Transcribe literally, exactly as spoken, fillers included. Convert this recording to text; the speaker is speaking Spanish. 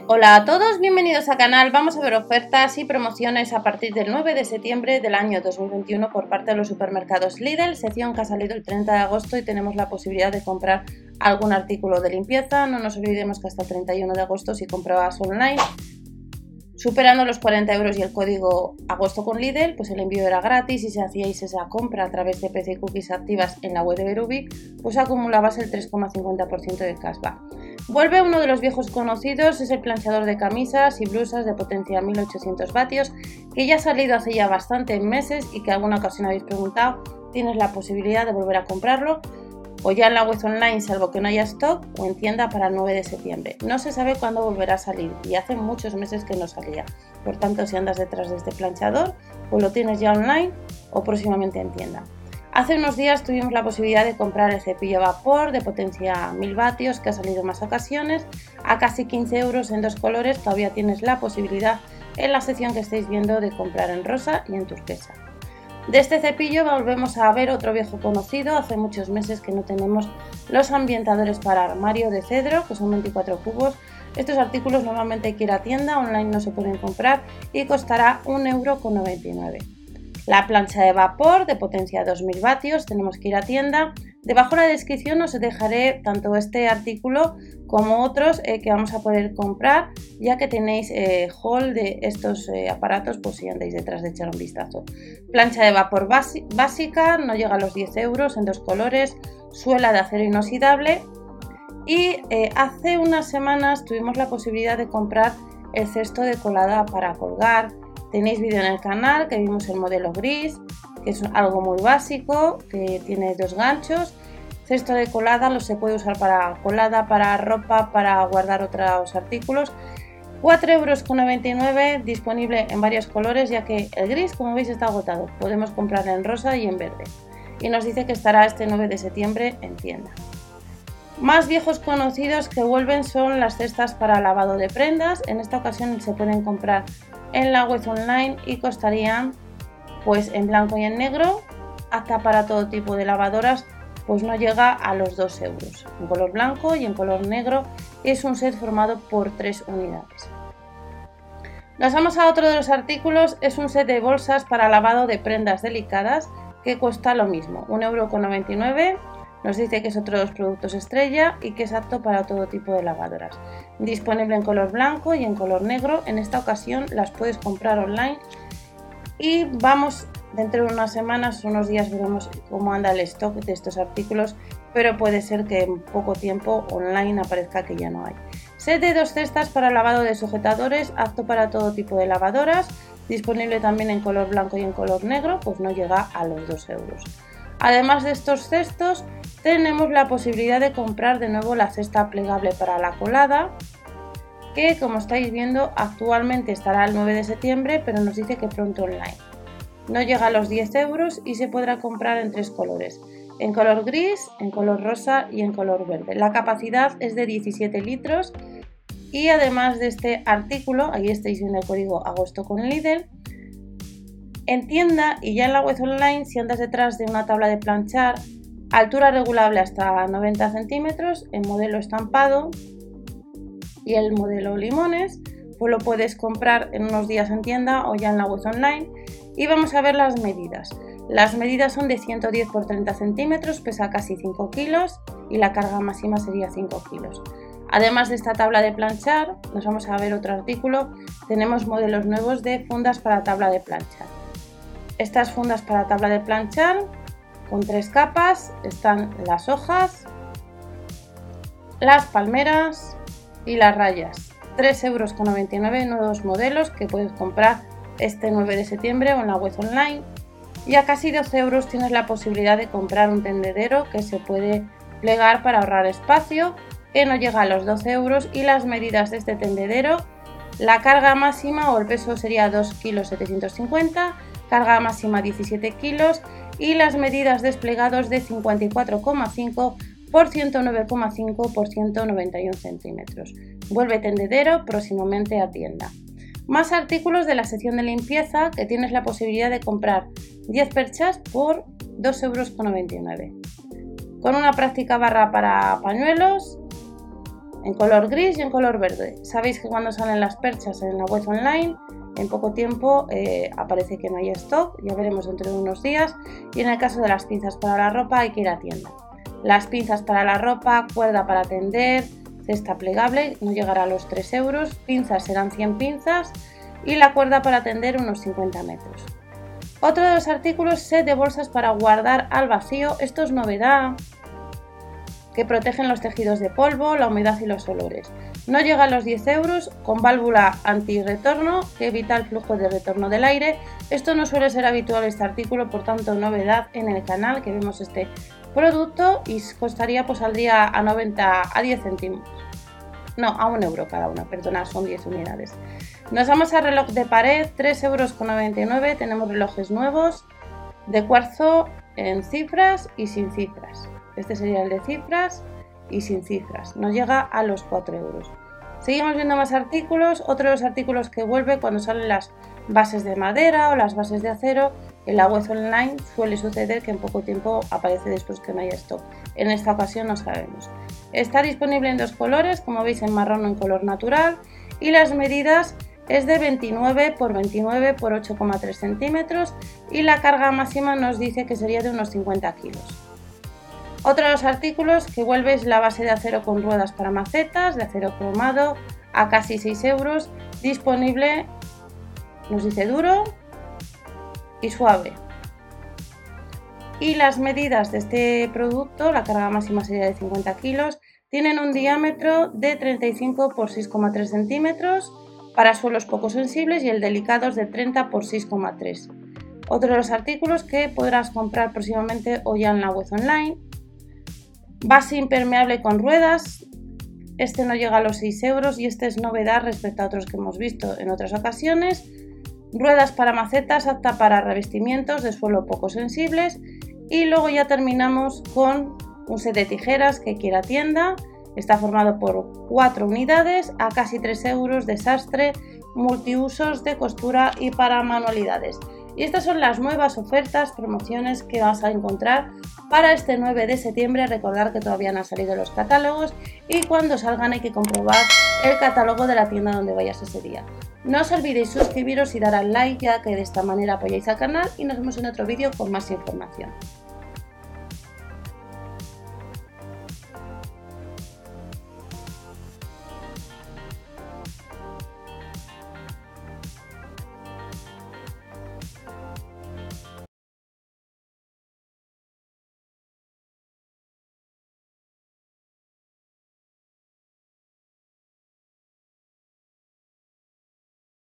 Hola a todos, bienvenidos al canal. Vamos a ver ofertas y promociones a partir del nueve de septiembre del año dos mil veintiuno por parte de los supermercados Lidl, sección que ha salido el treinta de agosto y tenemos la posibilidad de comprar algún artículo de limpieza. No nos olvidemos que hasta el treinta y uno de agosto, si comprabas online superando los cuarenta euros y el código agosto con Lidl, pues el envío era gratis, y si hacíais esa compra a través de P C Cookies activas en la web de Verubi, pues acumulabas el tres coma cincuenta por ciento de cashback. Vuelve uno de los viejos conocidos, es el planchador de camisas y blusas de potencia mil ochocientos vatios, que ya ha salido hace ya bastantes meses y que alguna ocasión habéis preguntado. Tienes la posibilidad de volver a comprarlo, o ya en la web online, salvo que no haya stock, o en tienda para el nueve de septiembre. No se sabe cuándo volverá a salir y hace muchos meses que no salía. Por tanto, si andas detrás de este planchador, pues lo tienes ya online o próximamente en tienda. Hace unos días tuvimos la posibilidad de comprar el cepillo a vapor de potencia mil vatios, que ha salido en más ocasiones, a casi quince euros en dos colores. Todavía tienes la posibilidad en la sección que estáis viendo de comprar en rosa y en turquesa. De este cepillo volvemos a ver otro viejo conocido. Hace muchos meses que no tenemos los ambientadores para armario de cedro, que son veinticuatro cubos. Estos artículos normalmente hay que ir a tienda, online no se pueden comprar y costará un euro con noventa y nueve. La plancha de vapor de potencia dos mil vatios, tenemos que ir a tienda. Debajo en la descripción os dejaré tanto este artículo como otros eh, que vamos a poder comprar, ya que tenéis eh, haul de estos eh, aparatos, pues si andáis detrás de echar un vistazo. Plancha de vapor básica, no llega a los diez euros, en dos colores, suela de acero inoxidable. Y eh, hace unas semanas tuvimos la posibilidad de comprar el cesto de colada para colgar. Tenéis vídeo en el canal que vimos el modelo gris, que es algo muy básico, que tiene dos ganchos. Cesto de colada lo se puede usar para colada, para ropa, para guardar otros artículos. cuatro euros con noventa y nueve, disponible en varios colores, ya que el gris, como veis, está agotado. Podemos comprarlo en rosa y en verde. Y nos dice que estará este nueve de septiembre en tienda. Más viejos conocidos que vuelven son las cestas para lavado de prendas. En esta ocasión se pueden comprar en la web online y costarían, pues en blanco y en negro, apta para todo tipo de lavadoras, pues no llega a los dos euros. En color blanco y en color negro, es un set formado por tres unidades. Nos vamos a otro de los artículos, es un set de bolsas para lavado de prendas delicadas que cuesta lo mismo, un euro con noventa y nueve. Nos dice que es otro de los productos estrella y que es apto para todo tipo de lavadoras. Disponible en color blanco y en color negro. En esta ocasión las puedes comprar online. Y vamos, dentro de unas semanas, unos días, veremos cómo anda el stock de estos artículos. Pero puede ser que en poco tiempo online aparezca que ya no hay. Set de dos cestas para lavado de sujetadores, apto para todo tipo de lavadoras. Disponible también en color blanco y en color negro, pues no llega a los dos euros. Además de estos cestos, tenemos la posibilidad de comprar de nuevo la cesta plegable para la colada, que como estáis viendo actualmente estará el nueve de septiembre, pero nos dice que pronto online. No llega a los diez euros y se podrá comprar en tres colores, en color gris, en color rosa y en color verde. La capacidad es de diecisiete litros y además de este artículo, ahí estáis viendo el código agosto con Lidl. En tienda y ya en la web online, si andas detrás de una tabla de planchar, altura regulable hasta noventa centímetros, en modelo estampado y el modelo limones, pues lo puedes comprar en unos días en tienda o ya en la web online. Y vamos a ver las medidas. Las medidas son de ciento diez por treinta centímetros, pesa casi cinco kilos y la carga máxima sería cinco kilos. Además de esta tabla de planchar, nos vamos a ver otro artículo. Tenemos modelos nuevos de fundas para tabla de planchar. Estas fundas para tabla de planchar con tres capas están las hojas, las palmeras y las rayas. tres euros con noventa y nueve, nuevos modelos que puedes comprar este nueve de septiembre o en la web online. Y a casi doce euros tienes la posibilidad de comprar un tendedero que se puede plegar para ahorrar espacio, que no llega a los doce euros. Y las medidas de este tendedero, la carga máxima o el peso sería dos kilos setecientos cincuenta, carga máxima diecisiete kilos y las medidas desplegados de cincuenta y cuatro coma cinco por ciento nueve coma cinco por ciento noventa y uno centímetros. Vuelve tendedero próximamente a tienda. Más artículos de la sección de limpieza, que tienes la posibilidad de comprar diez perchas por dos euros con noventa y nueve. Con una práctica barra para pañuelos, en color gris y en color verde. Sabéis que cuando salen las perchas en la web online, en poco tiempo eh, aparece que no hay stock, ya veremos dentro de unos días. Y en el caso de las pinzas para la ropa hay que ir a tienda. Las pinzas para la ropa, cuerda para tender, cesta plegable, no llegará a los tres euros, pinzas serán cien pinzas y la cuerda para tender unos cincuenta metros. Otro de los artículos, set de bolsas para guardar al vacío, esto es novedad, que protegen los tejidos de polvo, la humedad y los olores. No llega a los diez euros, con válvula anti-retorno que evita el flujo de retorno del aire. Esto no suele ser habitual este artículo, por tanto novedad en el canal que vemos este producto y costaría, pues saldría a noventa a diez céntimos. No, a un euro cada una, perdona, son diez unidades. Nos vamos al reloj de pared, tres euros con noventa y nueve. Tenemos relojes nuevos de cuarzo en cifras y sin cifras. Este sería el de cifras y sin cifras. Nos llega a los cuatro euros. Seguimos viendo más artículos. Otro de los artículos que vuelve cuando salen las bases de madera o las bases de acero. En la web online suele suceder que en poco tiempo aparece después que no haya stock. En esta ocasión no sabemos. Está disponible en dos colores, como veis, en marrón o en color natural. Y las medidas es de veintinueve por veintinueve por ocho coma tres centímetros. Y la carga máxima nos dice que sería de unos cincuenta kilos. Otro de los artículos que vuelve es la base de acero con ruedas para macetas, de acero cromado, a casi seis euros, disponible, nos dice duro y suave. Y las medidas de este producto, la carga máxima sería de cincuenta kilos, tienen un diámetro de treinta y cinco por seis coma tres centímetros para suelos poco sensibles y el delicado es de treinta por seis coma tres. Otro de los artículos que podrás comprar próximamente o ya en la web online. Base impermeable con ruedas, este no llega a los seis euros y este es novedad respecto a otros que hemos visto en otras ocasiones. Ruedas para macetas, apta para revestimientos de suelo poco sensibles. Y luego ya terminamos con un set de tijeras que quiera tienda. Está formado por cuatro unidades a casi tres euros de sastre, multiusos de costura y para manualidades. Y estas son las nuevas ofertas, promociones que vas a encontrar para este nueve de septiembre. Recordad que todavía no han salido los catálogos y cuando salgan hay que comprobar el catálogo de la tienda donde vayas ese día. No os olvidéis suscribiros y dar al like, ya que de esta manera apoyáis al canal, y nos vemos en otro vídeo con más información.